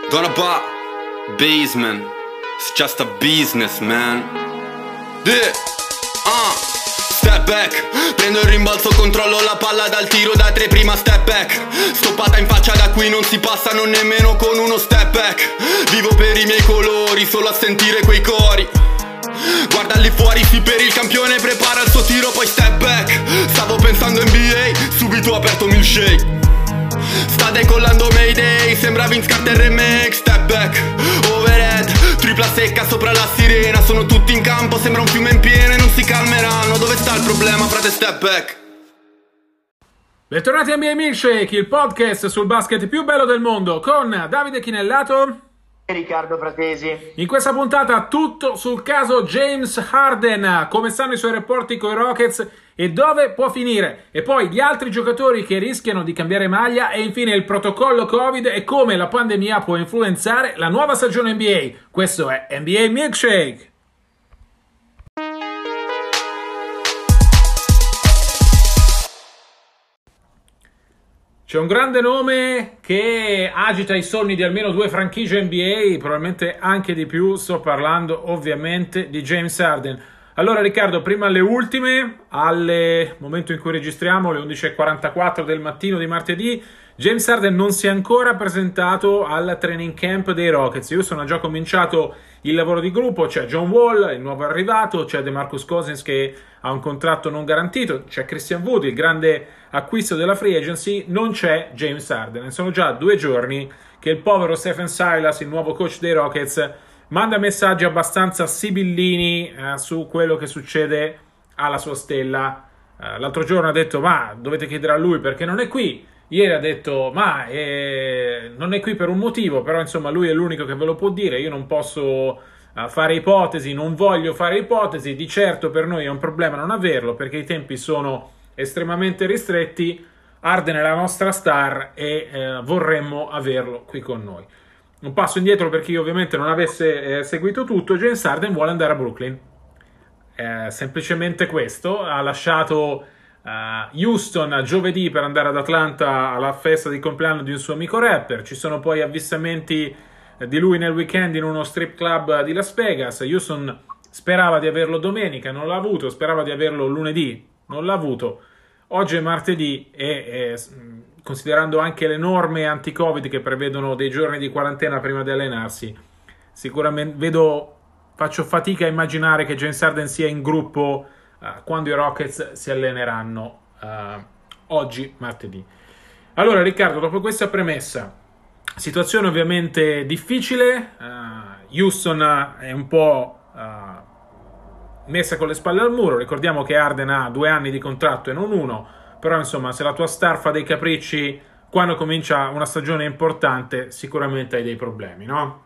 Gonna buy basement. It's just a business, man. Step back, prendo il rimbalzo, controllo la palla dal tiro da tre, prima step back. Stoppata in faccia, da qui non si passa non nemmeno con uno step back. Vivo per i miei colori, solo a sentire quei cori. Guarda lì fuori, sì, per il campione, prepara il suo tiro, poi step back. Stavo pensando NBA, subito ho aperto milkshake. Sta decollando Mayday, sembra Vince Carter remake. Step back, overhead, tripla secca sopra la sirena. Sono tutti in campo, sembra un fiume in piena e non si calmeranno. Dove sta il problema, frate? Step back. Bentornati a NBA Milkshake, il podcast sul basket più bello del mondo, con Davide Chinellato e Riccardo Fratesi. In questa puntata tutto sul caso James Harden, come stanno i suoi rapporti con i Rockets e dove può finire, e poi gli altri giocatori che rischiano di cambiare maglia, e infine il protocollo Covid e come la pandemia può influenzare la nuova stagione NBA. Questo è NBA Milkshake. C'è un grande nome che agita i sogni di almeno due franchigie NBA, probabilmente anche di più. Sto parlando ovviamente di James Harden. Allora Riccardo, prima alle ultime, al momento in cui registriamo, le 11:44 del mattino di martedì, James Harden non si è ancora presentato al training camp dei Rockets. Houston ha già cominciato il lavoro di gruppo, c'è John Wall, il nuovo arrivato, c'è DeMarcus Cousins che ha un contratto non garantito, c'è Christian Wood, il grande acquisto della free agency, non c'è James Harden. E sono già 2 giorni che il povero Stephen Silas, il nuovo coach dei Rockets, manda messaggi abbastanza sibillini su quello che succede alla sua stella. L'altro giorno ha detto ma dovete chiedere a lui perché non è qui. Ieri ha detto ma non è qui per un motivo, però insomma lui è l'unico che ve lo può dire, io non posso fare ipotesi, non voglio fare ipotesi. Di certo per noi è un problema non averlo perché i tempi sono estremamente ristretti. Harden è la nostra star e vorremmo averlo qui con noi. Un passo indietro per chi ovviamente non avesse seguito tutto. James Harden vuole andare a Brooklyn, semplicemente questo. Ha lasciato Houston giovedì per andare ad Atlanta alla festa di compleanno di un suo amico rapper. Ci sono poi avvistamenti di lui nel weekend in uno strip club di Las Vegas. Houston sperava di averlo domenica, non l'ha avuto. Sperava di averlo lunedì, non l'ha avuto. Oggi è martedì e considerando anche le norme anti-Covid che prevedono dei giorni di quarantena prima di allenarsi, sicuramente faccio fatica a immaginare che James Harden sia in gruppo quando i Rockets si alleneranno oggi martedì. Allora Riccardo, dopo questa premessa, situazione ovviamente difficile, Houston è un po' messa con le spalle al muro. Ricordiamo che Harden ha 2 anni di contratto e non 1, però insomma se la tua star fa dei capricci quando comincia una stagione importante sicuramente hai dei problemi, no?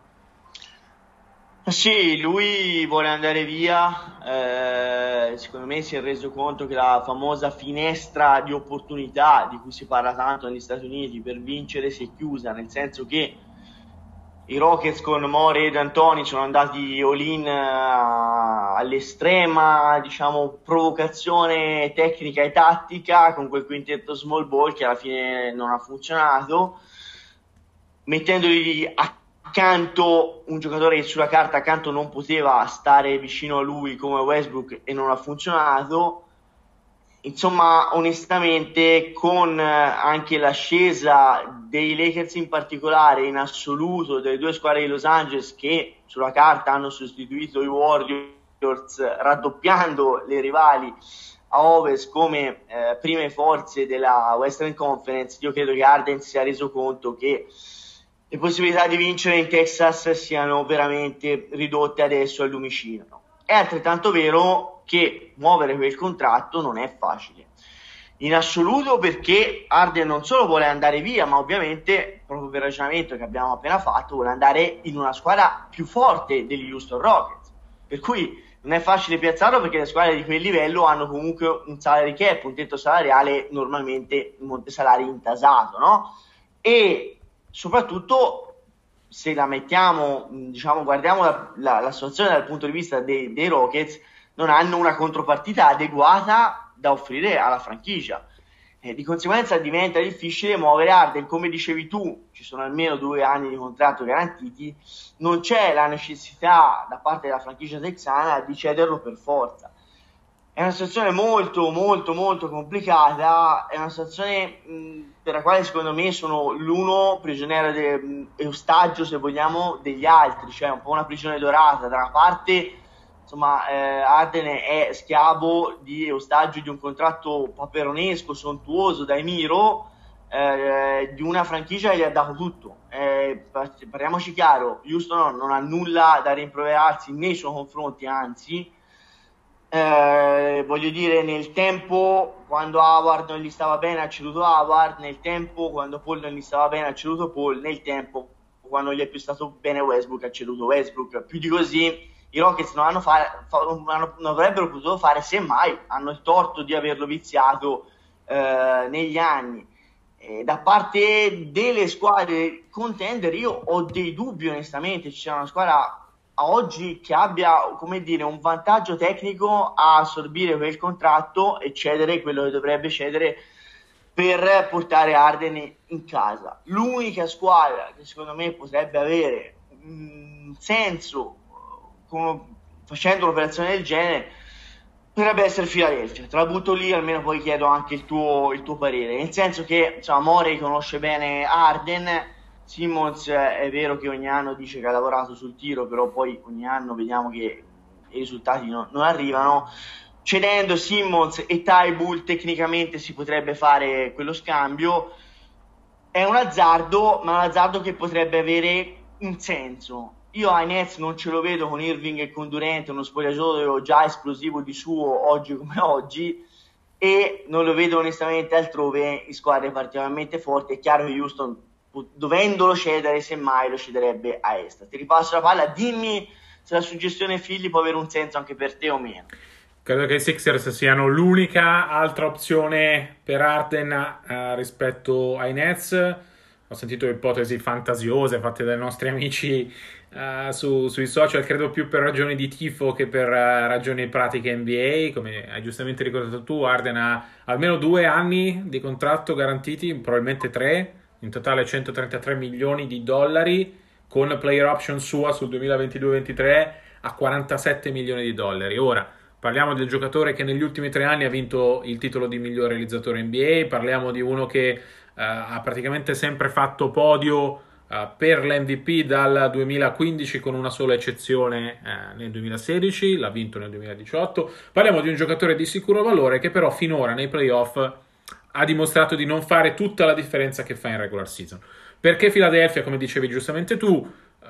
Sì, lui vuole andare via, secondo me si è reso conto che la famosa finestra di opportunità di cui si parla tanto negli Stati Uniti per vincere si è chiusa, nel senso che i Rockets con Morey ed Antoni sono andati all-in all'estrema, diciamo, provocazione tecnica e tattica con quel quintetto small ball che alla fine non ha funzionato, mettendogli accanto un giocatore che sulla carta accanto non poteva stare vicino a lui come Westbrook e non ha funzionato. Insomma, onestamente, con anche l'ascesa dei Lakers in particolare, in assoluto, delle 2 squadre di Los Angeles che sulla carta hanno sostituito i Warriors, raddoppiando le rivali a Ovest come prime forze della Western Conference, io credo che Harden si sia reso conto che le possibilità di vincere in Texas siano veramente ridotte adesso al lumicino. È altrettanto vero che muovere quel contratto non è facile in assoluto, perché Harden non solo vuole andare via, ma ovviamente, proprio per il ragionamento che abbiamo appena fatto, vuole andare in una squadra più forte degli Houston Rockets, per cui non è facile piazzarlo perché le squadre di quel livello hanno comunque un salary cap, un tetto salariale normalmente in monte salari intasato, no? E soprattutto se la mettiamo, diciamo, guardiamo la situazione dal punto di vista dei Rockets, non hanno una contropartita adeguata da offrire alla franchigia. Di conseguenza diventa difficile muovere Harden. Come dicevi tu, ci sono almeno 2 anni di contratto garantiti, non c'è la necessità da parte della franchigia texana di cederlo per forza. È una situazione molto molto molto complicata, è una situazione per la quale secondo me sono l'uno prigioniero e ostaggio, se vogliamo, degli altri, cioè un po' una prigione dorata. Da una parte, insomma, Harden è schiavo di ostaggio di un contratto paperonesco, sontuoso da Emiro, di una franchigia che gli ha dato tutto. Parliamoci chiaro, Houston non ha nulla da rimproverarsi nei suoi confronti, anzi, voglio dire, nel tempo quando Howard non gli stava bene ha ceduto Howard, nel tempo quando Paul non gli stava bene ha ceduto Paul, nel tempo quando gli è più stato bene Westbrook ha ceduto Westbrook. Più di così i Rockets non avrebbero potuto fare, semmai hanno il torto di averlo viziato negli anni. Da parte delle squadre contender io ho dei dubbi, onestamente. C'è una squadra a oggi che abbia, come dire, un vantaggio tecnico a assorbire quel contratto e cedere quello che dovrebbe cedere per portare Harden in casa. L'unica squadra che secondo me potrebbe avere senso facendo un'operazione del genere potrebbe essere Philadelphia. Te la butto lì, almeno poi chiedo anche il tuo parere, nel senso che, insomma, Morey conosce bene Harden. Simmons è vero che ogni anno dice che ha lavorato sul tiro, però poi ogni anno vediamo che i risultati non arrivano. Cedendo Simmons e Thybulle tecnicamente si potrebbe fare quello scambio. È un azzardo, ma un azzardo che potrebbe avere un senso. Io ai Nets non ce lo vedo con Irving e con Durant, uno spogliatoio già esplosivo di suo oggi come oggi, e non lo vedo onestamente altrove in squadre particolarmente forti. È chiaro che Houston, dovendolo cedere, semmai lo cederebbe a est. Ti ripasso la palla, dimmi se la suggestione Philly può avere un senso anche per te o meno. Credo che i Sixers siano l'unica altra opzione per Harden rispetto ai Nets. Ho sentito ipotesi fantasiose fatte dai nostri amici sui social, credo più per ragioni di tifo che per ragioni pratiche NBA. Come hai giustamente ricordato tu, Harden ha almeno 2 anni di contratto garantiti, probabilmente 3, in totale 133 milioni di dollari, con player option sua sul 2022-23 a 47 milioni di dollari. Ora, parliamo del giocatore che negli ultimi 3 anni ha vinto il titolo di miglior realizzatore NBA, parliamo di uno che ha praticamente sempre fatto podio per l'MVP dal 2015, con una sola eccezione nel 2016, l'ha vinto nel 2018. Parliamo di un giocatore di sicuro valore che però finora nei playoff ha dimostrato di non fare tutta la differenza che fa in regular season. Perché Philadelphia, come dicevi giustamente tu,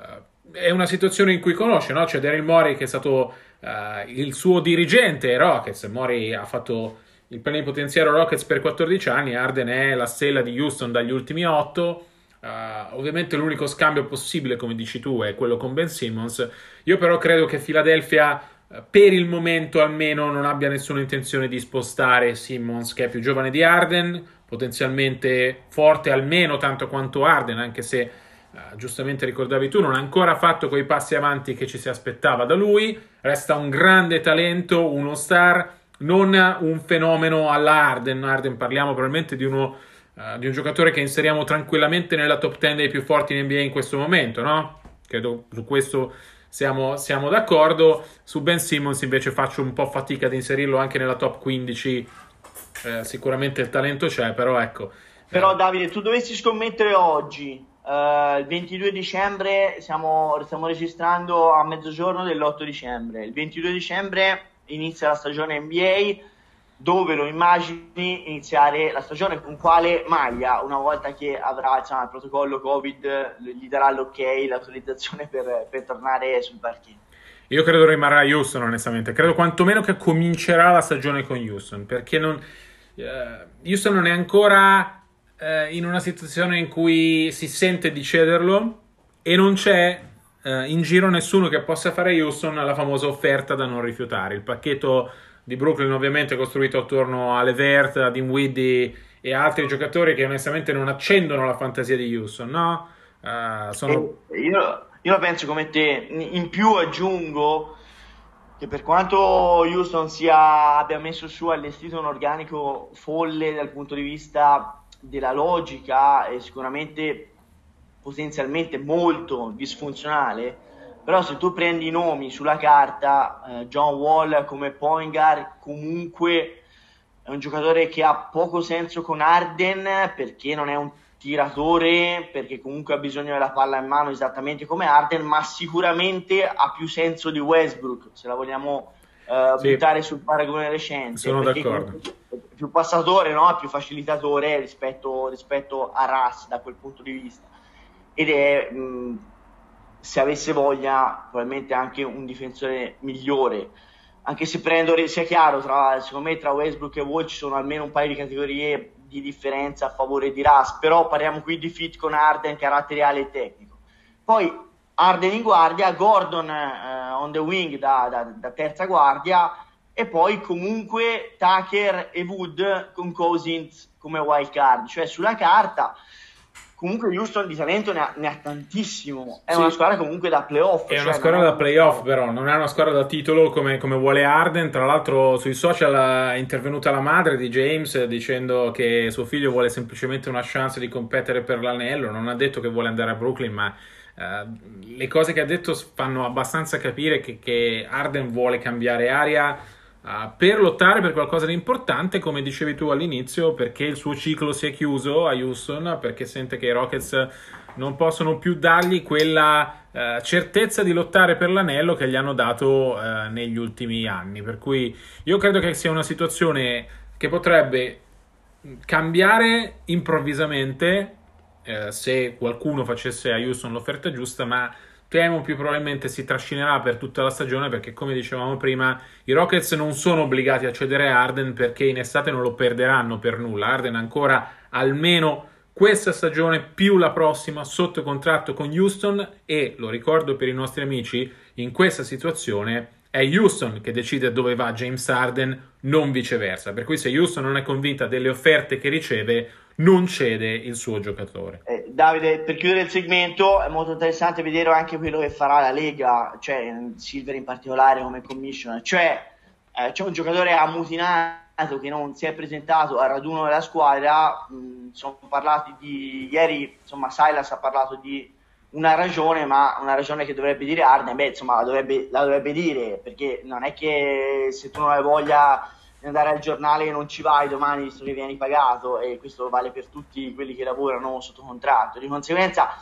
è una situazione in cui conosce, no? C'è Daryl Morey che è stato il suo dirigente ai Rockets. Morey ha fatto il plenipotenziario Rockets per 14 anni, Harden è la stella di Houston dagli ultimi 8. Ovviamente l'unico scambio possibile, come dici tu, è quello con Ben Simmons. Io però credo che Philadelphia, per il momento almeno, non abbia nessuna intenzione di spostare Simmons, che è più giovane di Harden, potenzialmente forte almeno tanto quanto Harden, anche se giustamente ricordavi tu, non ha ancora fatto quei passi avanti che ci si aspettava da lui. Resta un grande talento, uno star, non un fenomeno alla Harden. Parliamo probabilmente di un giocatore che inseriamo tranquillamente nella top 10 dei più forti in NBA in questo momento, no? Credo su questo siamo d'accordo. Su Ben Simmons invece faccio un po' fatica ad inserirlo anche nella top 15. Sicuramente il talento c'è, però ecco. Però Davide, tu dovessi scommettere oggi, il 22 dicembre, stiamo registrando a mezzogiorno dell'8 dicembre, il 22 dicembre inizia la stagione NBA. Dove lo immagini iniziare la stagione, con quale maglia, una volta che avrà, insomma, il protocollo Covid gli darà l'ok, l'autorizzazione per tornare sul parquet? Io credo rimarrà a Houston, onestamente. Credo quantomeno che comincerà la stagione con Houston, perché Houston non è ancora in una situazione in cui si sente di cederlo, e non c'è in giro nessuno che possa fare a Houston la famosa offerta da non rifiutare. Il pacchetto di Brooklyn ovviamente è costruito attorno a LeVert, a Dinwiddie e altri giocatori che onestamente non accendono la fantasia di Houston, no? Io la penso come te. In più aggiungo che per quanto Houston abbia messo su, allestito un organico folle dal punto di vista della logica e sicuramente potenzialmente molto disfunzionale, però se tu prendi i nomi sulla carta, John Wall come point guard comunque è un giocatore che ha poco senso con Harden, perché non è un tiratore, perché comunque ha bisogno della palla in mano esattamente come Harden, ma sicuramente ha più senso di Westbrook, se la vogliamo buttare sul paragone recente. Sono d'accordo. È più passatore, no? È più facilitatore rispetto a Russ da quel punto di vista. Ed è, se avesse voglia, probabilmente anche un difensore migliore. Anche se sia chiaro, secondo me tra Westbrook e Wall ci sono almeno un paio di categorie di differenza a favore di Russ, però parliamo qui di fit con Harden, caratteriale e tecnico. Poi Harden in guardia, Gordon on the wing da terza guardia, e poi comunque Tucker e Wood con Cousins come wild card, cioè sulla carta comunque Houston di talento ne ha tantissimo. È una squadra comunque da playoff. È una squadra da playoff, però non è una squadra da titolo come vuole Harden. Tra l'altro sui social è intervenuta la madre di James dicendo che suo figlio vuole semplicemente una chance di competere per l'anello. Non ha detto che vuole andare a Brooklyn, ma le cose che ha detto fanno abbastanza capire che Harden vuole cambiare aria per lottare per qualcosa di importante, come dicevi tu all'inizio, perché il suo ciclo si è chiuso a Houston, perché sente che i Rockets non possono più dargli quella certezza di lottare per l'anello che gli hanno dato negli ultimi anni. Per cui io credo che sia una situazione che potrebbe cambiare improvvisamente se qualcuno facesse a Houston l'offerta giusta, ma temo più probabilmente si trascinerà per tutta la stagione, perché come dicevamo prima i Rockets non sono obbligati a cedere a Harden, perché in estate non lo perderanno per nulla. Harden ancora almeno questa stagione più la prossima sotto contratto con Houston, e lo ricordo per i nostri amici, in questa situazione è Houston che decide dove va James Harden, non viceversa, per cui se Houston non è convinta delle offerte che riceve non cede il suo giocatore. Davide, per chiudere il segmento, è molto interessante vedere anche quello che farà la Lega, cioè Silver in particolare come commissioner, cioè c'è un giocatore ammutinato che non si è presentato al raduno della squadra. Sono parlati ieri, insomma Silas ha parlato di una ragione, ma una ragione che dovrebbe dire Harden, insomma la dovrebbe dire, perché non è che se tu non hai voglia andare al giornale e non ci vai domani visto che vieni pagato, e questo vale per tutti quelli che lavorano sotto contratto. Di conseguenza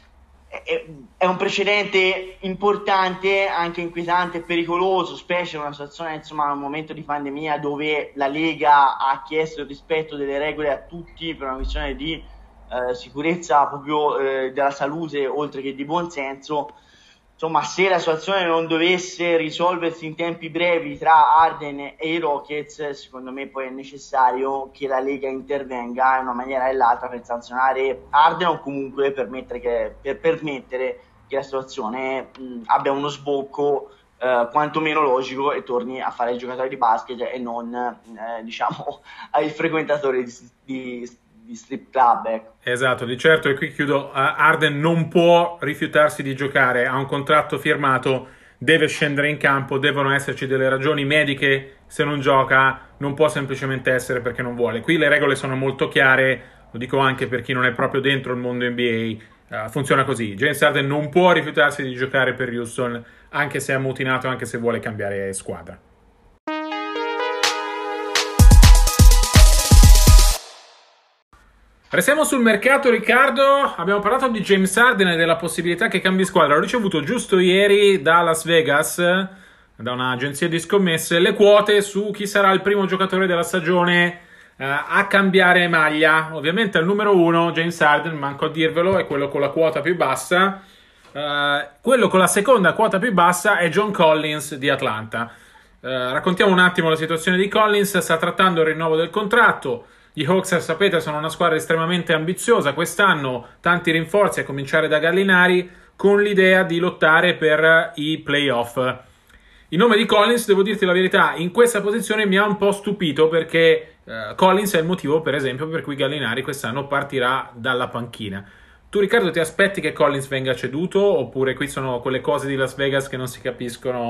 è un precedente importante, anche inquietante e pericoloso, specie in una situazione, insomma, in un momento di pandemia dove la Lega ha chiesto il rispetto delle regole a tutti per una questione di sicurezza proprio della salute oltre che di buonsenso. Insomma, se la situazione non dovesse risolversi in tempi brevi tra Harden e i Rockets, secondo me poi è necessario che la Lega intervenga in una maniera o nell'altra per sanzionare Harden, o comunque per permettere che la situazione abbia uno sbocco quantomeno logico e torni a fare il giocatore di basket e non diciamo il frequentatore di strip club, ecco. Esatto, di certo, e qui chiudo. Harden non può rifiutarsi di giocare, ha un contratto firmato, deve scendere in campo, devono esserci delle ragioni mediche. Se non gioca non può semplicemente essere perché non vuole. Qui le regole sono molto chiare, lo dico anche per chi non è proprio dentro il mondo NBA. Funziona così: James Harden non può rifiutarsi di giocare per Houston, anche se è ammutinato, anche se vuole cambiare squadra. Restiamo sul mercato, Riccardo. Abbiamo parlato di James Harden e della possibilità che cambi squadra. Ho ricevuto giusto ieri da Las Vegas, da un'agenzia di scommesse, le quote su chi sarà il primo giocatore della stagione a cambiare maglia. Ovviamente al numero 1 James Harden, manco a dirvelo, è quello con la quota più bassa. Quello con la seconda quota più bassa è John Collins di Atlanta. Raccontiamo un attimo la situazione di Collins. Sta trattando il rinnovo del contratto. Gli Hawks, sapete, sono una squadra estremamente ambiziosa quest'anno, tanti rinforzi a cominciare da Gallinari, con l'idea di lottare per i playoff. Il nome di Collins, devo dirti la verità, in questa posizione mi ha un po' stupito, perché Collins è il motivo, per esempio, per cui Gallinari quest'anno partirà dalla panchina. Tu, Riccardo, ti aspetti che Collins venga ceduto, oppure qui sono quelle cose di Las Vegas che non si capiscono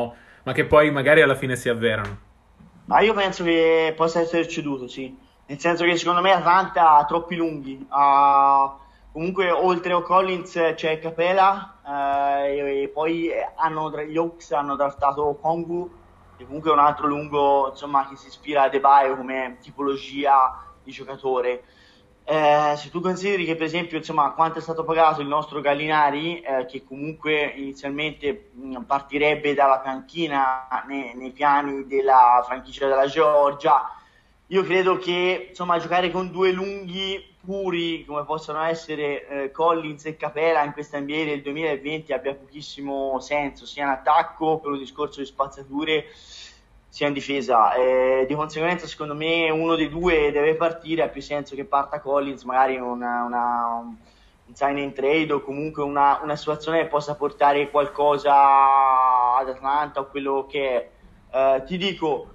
ma che poi magari alla fine si avverano. Ma io penso che possa essere ceduto, sì. Nel senso che secondo me Atlanta ha troppi lunghi. Comunque, oltre a Collins c'è Capela, e poi gli Hawks hanno draftato Kongu, che comunque è un altro lungo, insomma, che si ispira a De Baio come tipologia di giocatore. Se tu consideri che, per esempio, insomma, quanto è stato pagato il nostro Gallinari, che comunque inizialmente partirebbe dalla panchina nei piani della franchigia della Georgia, io credo che, insomma, giocare con due lunghi puri come possono essere Collins e Capela in questa NBA del 2020 abbia pochissimo senso, sia in attacco per un discorso di spazzature, sia in difesa. Di conseguenza, secondo me, uno dei due deve partire. Ha più senso che parta Collins, magari un sign and trade, o comunque una situazione che possa portare qualcosa ad Atlanta o quello che è. Ti dico,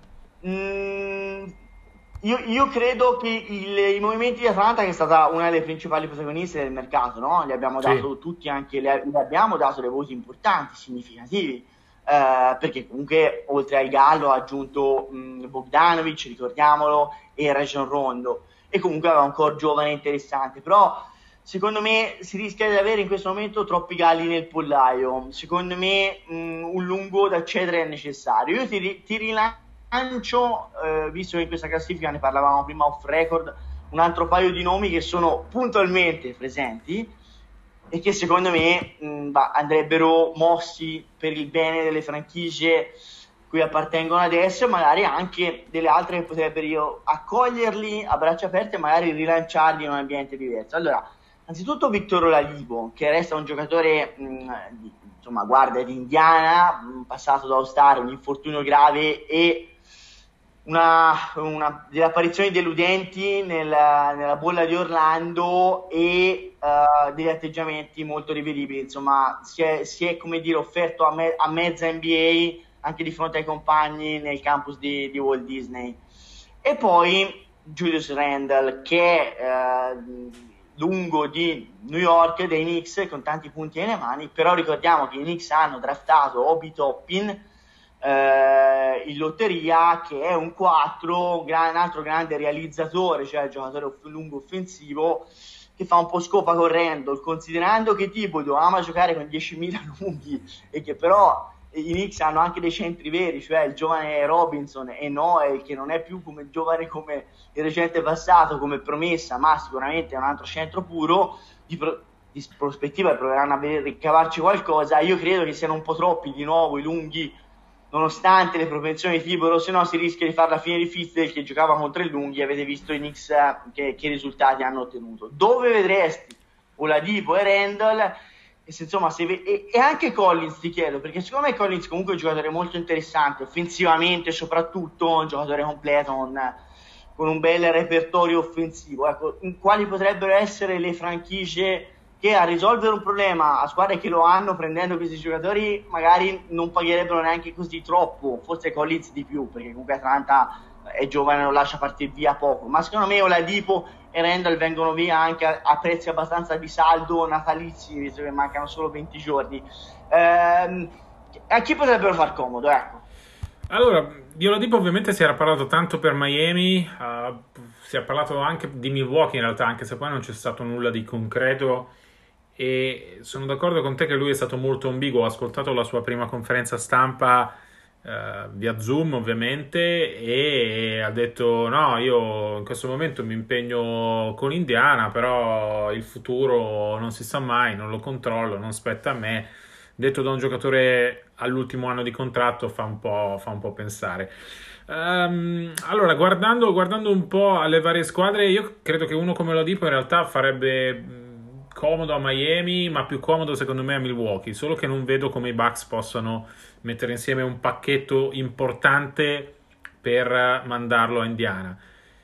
io credo che i movimenti di Atlanta, che è stata una delle principali protagoniste del mercato, no? Gli abbiamo dato tutti, anche le abbiamo dato dei voti importanti, significativi, perché comunque oltre al Gallo ha aggiunto Bogdanovic, ricordiamolo, e Rajon Rondo, e comunque aveva un core giovane interessante. Però secondo me si rischia di avere in questo momento troppi galli nel pollaio. Secondo me un lungo da cedere è necessario. Io ti rilancio, visto che in questa classifica ne parlavamo prima off record, un altro paio di nomi che sono puntualmente presenti e che secondo me andrebbero mossi per il bene delle franchigie cui appartengono adesso, e magari anche delle altre che potrebbero accoglierli a braccia aperte e magari rilanciarli in un ambiente diverso. Allora, anzitutto Victor Oladipo, che resta un giocatore insomma, guarda, di Indiana, passato da All-Star, un infortunio grave e delle apparizioni deludenti nella bolla di Orlando, e degli atteggiamenti molto rivedibili. Insomma, si è come dire offerto a mezza NBA anche di fronte ai compagni nel campus di Walt Disney. E poi Julius Randle, che è lungo di New York, dei Knicks, con tanti punti nelle mani. Però ricordiamo che i Knicks hanno draftato Obi Toppin in lotteria, che è un 4, un altro grande realizzatore, cioè il giocatore lungo offensivo, che fa un po' scopa con Randle, considerando che Thibodeau ama giocare con 10.000 lunghi e che però i Knicks hanno anche dei centri veri, cioè il giovane Robinson e Noel, che non è più come giovane come il recente passato, come promessa, ma sicuramente è un altro centro puro di prospettiva, e proveranno a ricavarci qualcosa. Io credo che siano un po' troppi di nuovo i lunghi, nonostante le propensioni di Thibodeau, se no si rischia di fare la fine di Fizdale, che giocava contro i lunghi. Avete visto i Knicks che risultati hanno ottenuto. Dove vedresti Oladipo e Randle? E se, insomma, e anche Collins, ti chiedo, perché secondo me Collins comunque è un giocatore molto interessante, offensivamente soprattutto, un giocatore completo con un bel repertorio offensivo. Ecco, quali potrebbero essere le franchigie che a risolvere un problema a squadre che lo hanno, prendendo questi giocatori, magari non pagherebbero neanche così troppo? Forse Collins di più, perché comunque Atlanta è giovane, non lascia partire via poco, ma secondo me Oladipo e Randle vengono via anche a prezzi abbastanza di saldo natalizi, visto che mancano solo 20 giorni. A chi potrebbero far comodo, ecco? Allora, di Oladipo ovviamente si era parlato tanto per Miami, si è parlato anche di Milwaukee in realtà, anche se poi non c'è stato nulla di concreto, e sono d'accordo con te che lui è stato molto ambiguo. Ho ascoltato la sua prima conferenza stampa via Zoom ovviamente, e ha detto no, io in questo momento mi impegno con Indiana, però il futuro non si sa mai, non lo controllo, non spetta a me. Detto da un giocatore all'ultimo anno di contratto fa un po' pensare. Allora, guardando un po' alle varie squadre, io credo che uno come Oladipo in realtà farebbe comodo a Miami, ma più comodo secondo me a Milwaukee, solo che non vedo come i Bucks possano mettere insieme un pacchetto importante per mandarlo a Indiana.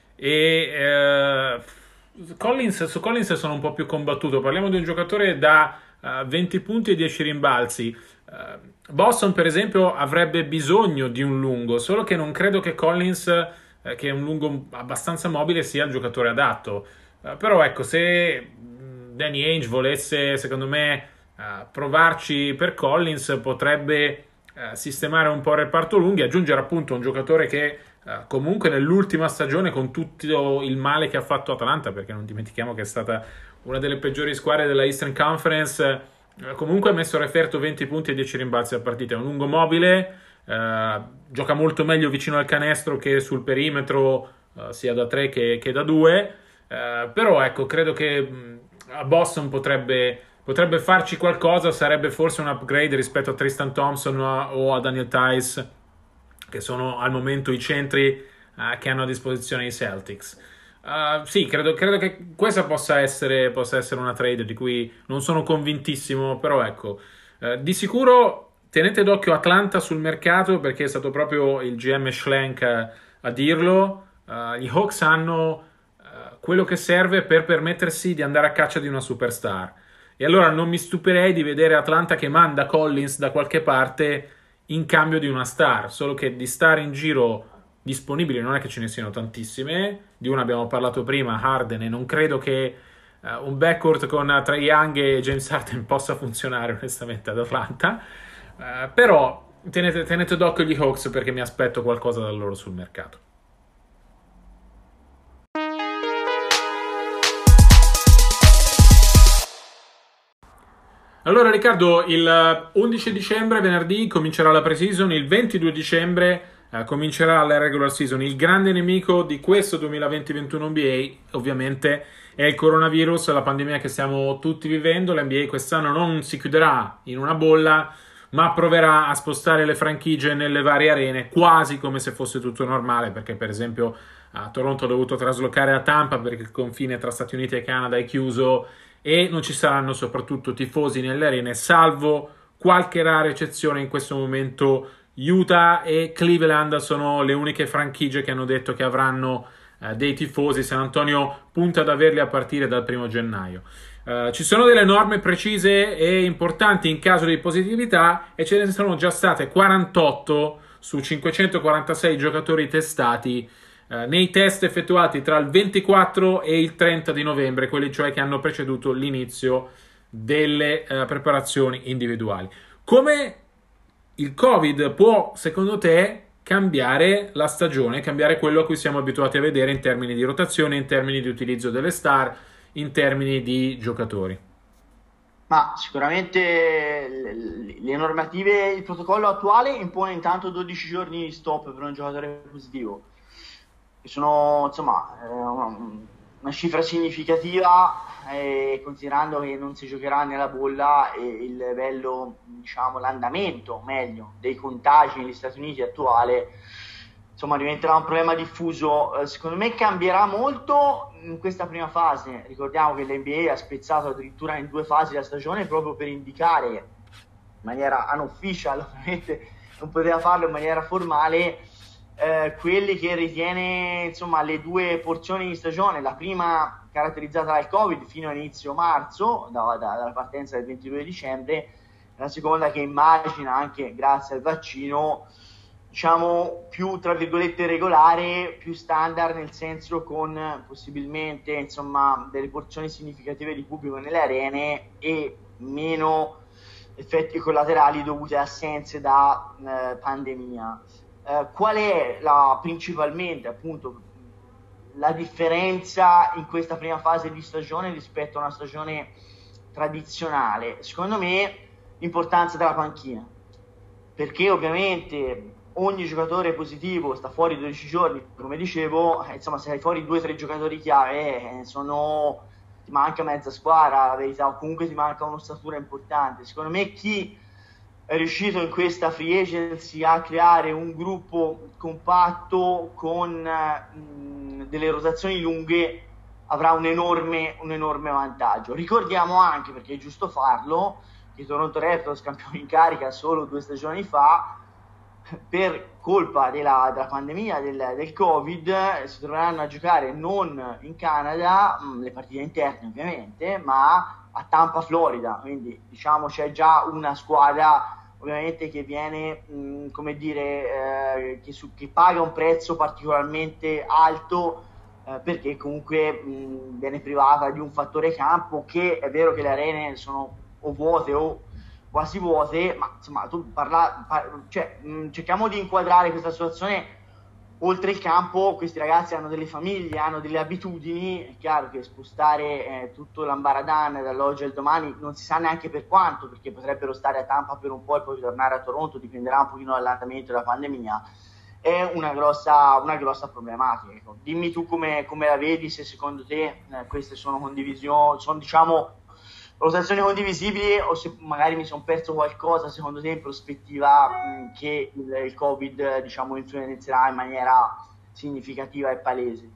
E su Collins sono un po' più combattuto. Parliamo di un giocatore da 20 punti e 10 rimbalzi. Boston per esempio avrebbe bisogno di un lungo, solo che non credo che Collins, che è un lungo abbastanza mobile, sia il giocatore adatto. Però ecco, se Danny Ainge volesse, secondo me, provarci per Collins, potrebbe sistemare un po' il reparto lunghi, aggiungere appunto un giocatore che comunque nell'ultima stagione, con tutto il male che ha fatto Atlanta, perché non dimentichiamo che è stata una delle peggiori squadre della Eastern Conference, comunque ha messo a referto 20 punti e 10 rimbalzi a partita. È un lungo mobile, gioca molto meglio vicino al canestro che sul perimetro, sia da 3 che da 2, però ecco, credo che a Boston potrebbe farci qualcosa. Sarebbe forse un upgrade rispetto a Tristan Thompson o a Daniel Tice, che sono al momento i centri che hanno a disposizione i Celtics. Sì, credo che questa possa essere una trade di cui non sono convintissimo, però ecco, di sicuro tenete d'occhio Atlanta sul mercato, perché è stato proprio il GM Schlenk a dirlo. Gli Hawks hanno quello che serve per permettersi di andare a caccia di una superstar, e allora non mi stupirei di vedere Atlanta che manda Collins da qualche parte in cambio di una star, solo che di star in giro disponibili non è che ce ne siano tantissime. Di una abbiamo parlato prima, Harden, e non credo che un backcourt con Trae Young e James Harden possa funzionare onestamente ad Atlanta, però tenete d'occhio gli Hawks, perché mi aspetto qualcosa da loro sul mercato. Allora Riccardo, il 11 dicembre, venerdì, comincerà la pre-season, il 22 dicembre comincerà la regular season. Il grande nemico di questo 2020-21 NBA ovviamente è il coronavirus, la pandemia che stiamo tutti vivendo. L'NBA quest'anno non si chiuderà in una bolla, ma proverà a spostare le franchigie nelle varie arene, quasi come se fosse tutto normale, perché per esempio Toronto ha dovuto traslocare a Tampa perché il confine tra Stati Uniti e Canada è chiuso, e non ci saranno soprattutto tifosi nelle arene, salvo qualche rara eccezione. In questo momento Utah e Cleveland sono le uniche franchigie che hanno detto che avranno dei tifosi. San Antonio punta ad averli a partire dal 1 gennaio. Ci sono delle norme precise e importanti in caso di positività, e ce ne sono già state 48 su 546 giocatori testati nei test effettuati tra il 24 e il 30 di novembre, quelli cioè che hanno preceduto l'inizio delle preparazioni individuali. Come il Covid può, secondo te, cambiare la stagione, cambiare quello a cui siamo abituati a vedere in termini di rotazione, in termini di utilizzo delle star, in termini di giocatori? Ma sicuramente le normative, il protocollo attuale impone intanto 12 giorni di stop per un giocatore positivo, che sono insomma una cifra significativa, considerando che non si giocherà nella bolla e il livello, diciamo, l'andamento meglio dei contagi negli Stati Uniti attuale, insomma diventerà un problema diffuso. Secondo me cambierà molto in questa prima fase. Ricordiamo che l'NBA ha spezzato addirittura in 2 fasi la stagione proprio per indicare in maniera unofficial, ovviamente non poteva farlo in maniera formale, quelli che ritiene, insomma, le 2 porzioni di stagione, la prima caratterizzata dal Covid fino a inizio marzo, dalla partenza del 22 dicembre, e la seconda che immagina, anche grazie al vaccino, diciamo più tra virgolette regolare, più standard, nel senso con possibilmente, insomma, delle porzioni significative di pubblico nelle arene e meno effetti collaterali dovuti a assenze da pandemia. Qual è principalmente appunto la differenza in questa prima fase di stagione rispetto a una stagione tradizionale? Secondo me l'importanza della panchina, perché ovviamente ogni giocatore positivo sta fuori 12 giorni, come dicevo, insomma se hai fuori 2 o 3 giocatori chiave ti manca mezza squadra, la verità, o comunque ti manca un'ossatura importante. Secondo me chi è riuscito in questa free agency a creare un gruppo compatto con delle rotazioni lunghe avrà un enorme vantaggio. Ricordiamo anche, perché è giusto farlo, che Toronto Raptors, campione in carica solo 2 stagioni fa, per colpa della pandemia del Covid, si troveranno a giocare non in Canada, le partite interne ovviamente, ma a Tampa, Florida. Quindi diciamo c'è già una squadra ovviamente che viene, come dire, che paga un prezzo particolarmente alto, perché comunque viene privata di un fattore campo, che è vero che le arene sono o vuote o quasi vuote, ma insomma tu cerchiamo di inquadrare questa situazione oltre il campo. Questi ragazzi hanno delle famiglie, hanno delle abitudini, è chiaro che spostare tutto l'ambaradan dall'oggi al domani non si sa neanche per quanto, perché potrebbero stare a Tampa per un po' e poi tornare a Toronto, dipenderà un pochino dall'andamento della pandemia. È una grossa problematica. Ecco. Dimmi tu come la vedi, se secondo te queste sono condivisioni, sono diciamo valutazioni condivisibili, o se magari mi sono perso qualcosa secondo te in prospettiva che il Covid diciamo influenzerà in maniera significativa e palese.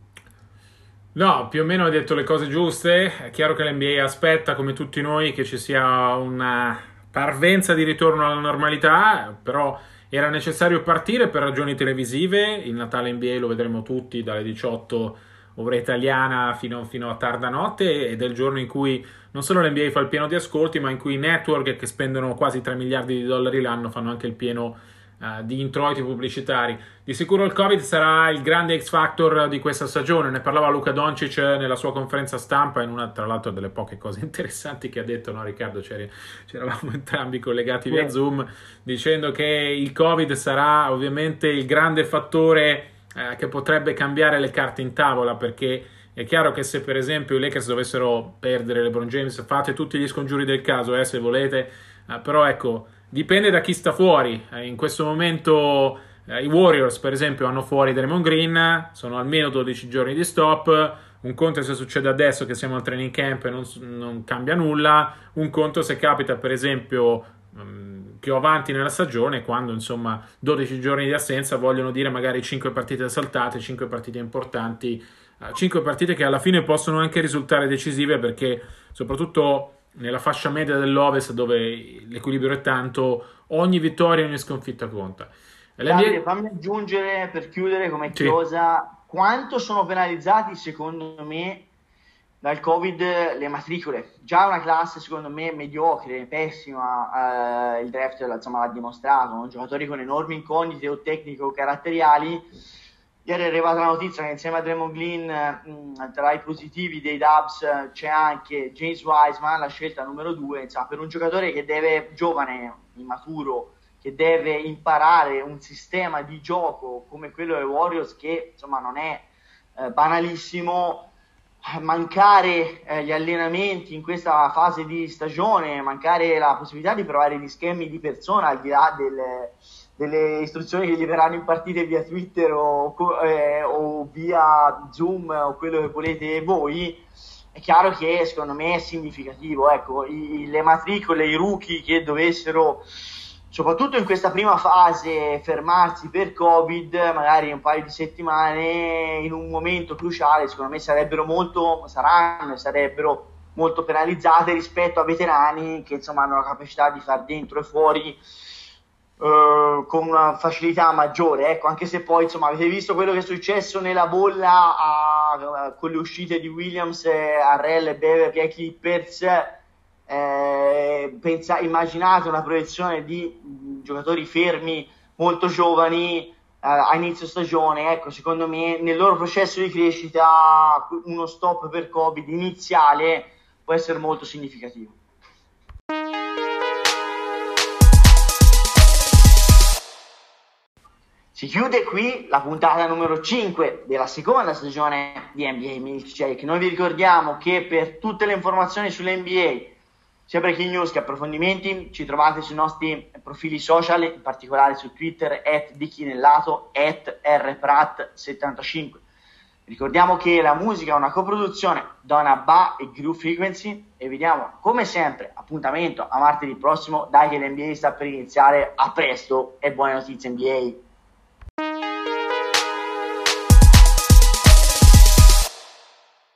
No, più o meno hai detto le cose giuste. È chiaro che l'NBA aspetta, come tutti noi, che ci sia una parvenza di ritorno alla normalità, però era necessario partire per ragioni televisive. Il Natale NBA lo vedremo tutti dalle 18 ora italiana fino a tarda notte, ed è il giorno in cui non solo l'NBA fa il pieno di ascolti, ma in cui i network che spendono quasi 3 miliardi di dollari l'anno fanno anche il pieno di introiti pubblicitari. Di sicuro il Covid sarà il grande X Factor di questa stagione. Ne parlava Luka Doncic nella sua conferenza stampa, in una tra l'altro delle poche cose interessanti che ha detto, no Riccardo? C'eravamo entrambi collegati via Zoom, dicendo che il Covid sarà ovviamente il grande fattore che potrebbe cambiare le carte in tavola, perché è chiaro che se per esempio i Lakers dovessero perdere LeBron James, fate tutti gli scongiuri del caso se volete, però ecco, dipende da chi sta fuori. In questo momento i Warriors per esempio hanno fuori Draymond Green, sono almeno 12 giorni di stop. Un conto se succede adesso che siamo al training camp e non cambia nulla, un conto se capita per esempio più avanti nella stagione, quando insomma 12 giorni di assenza vogliono dire magari 5 partite saltate, 5 partite importanti, 5 partite che alla fine possono anche risultare decisive, perché soprattutto nella fascia media dell'Ovest, dove l'equilibrio è tanto, ogni vittoria e ogni sconfitta conta. Davide, fammi aggiungere per chiudere come cosa, quanto sono penalizzati secondo me dal Covid le matricole. Già una classe secondo me mediocre, pessima, il draft insomma, l'ha dimostrato, giocatori con enormi incognite o tecniche o caratteriali. Ieri è arrivata la notizia che insieme a Draymond Green tra i positivi dei Dubs c'è anche James Wiseman, la scelta numero 2, insomma, per un giocatore che giovane, immaturo, che deve imparare un sistema di gioco come quello dei Warriors, che insomma non è banalissimo. Mancare gli allenamenti in questa fase di stagione, mancare la possibilità di provare gli schemi di persona al di là delle istruzioni che gli verranno impartite via Twitter o via Zoom o quello che volete voi, è chiaro che secondo me è significativo. Ecco, le matricole, i rookie che dovessero soprattutto in questa prima fase fermarsi per Covid, magari un paio di settimane in un momento cruciale, secondo me sarebbero molto penalizzate rispetto a veterani che insomma hanno la capacità di far dentro e fuori con una facilità maggiore. Ecco, anche se poi insomma avete visto quello che è successo nella bolla con le uscite di Williams, Harrell, Beverly ai Clippers. Immaginate una proiezione di giocatori fermi molto giovani a inizio stagione. Ecco, secondo me nel loro processo di crescita uno stop per Covid iniziale può essere molto significativo. Si chiude qui la puntata numero 5 della seconda stagione di NBA Milkshake. Noi vi ricordiamo che per tutte le informazioni sull'NBA, sia breaking news che approfondimenti, ci trovate sui nostri profili social, in particolare su Twitter @dichinellato, @rprat75. Ricordiamo che la musica è una coproduzione Donna Ba e Groove Frequency, e vi diamo come sempre appuntamento a martedì prossimo. Dai che l'NBA sta per iniziare, a presto e buone notizie NBA.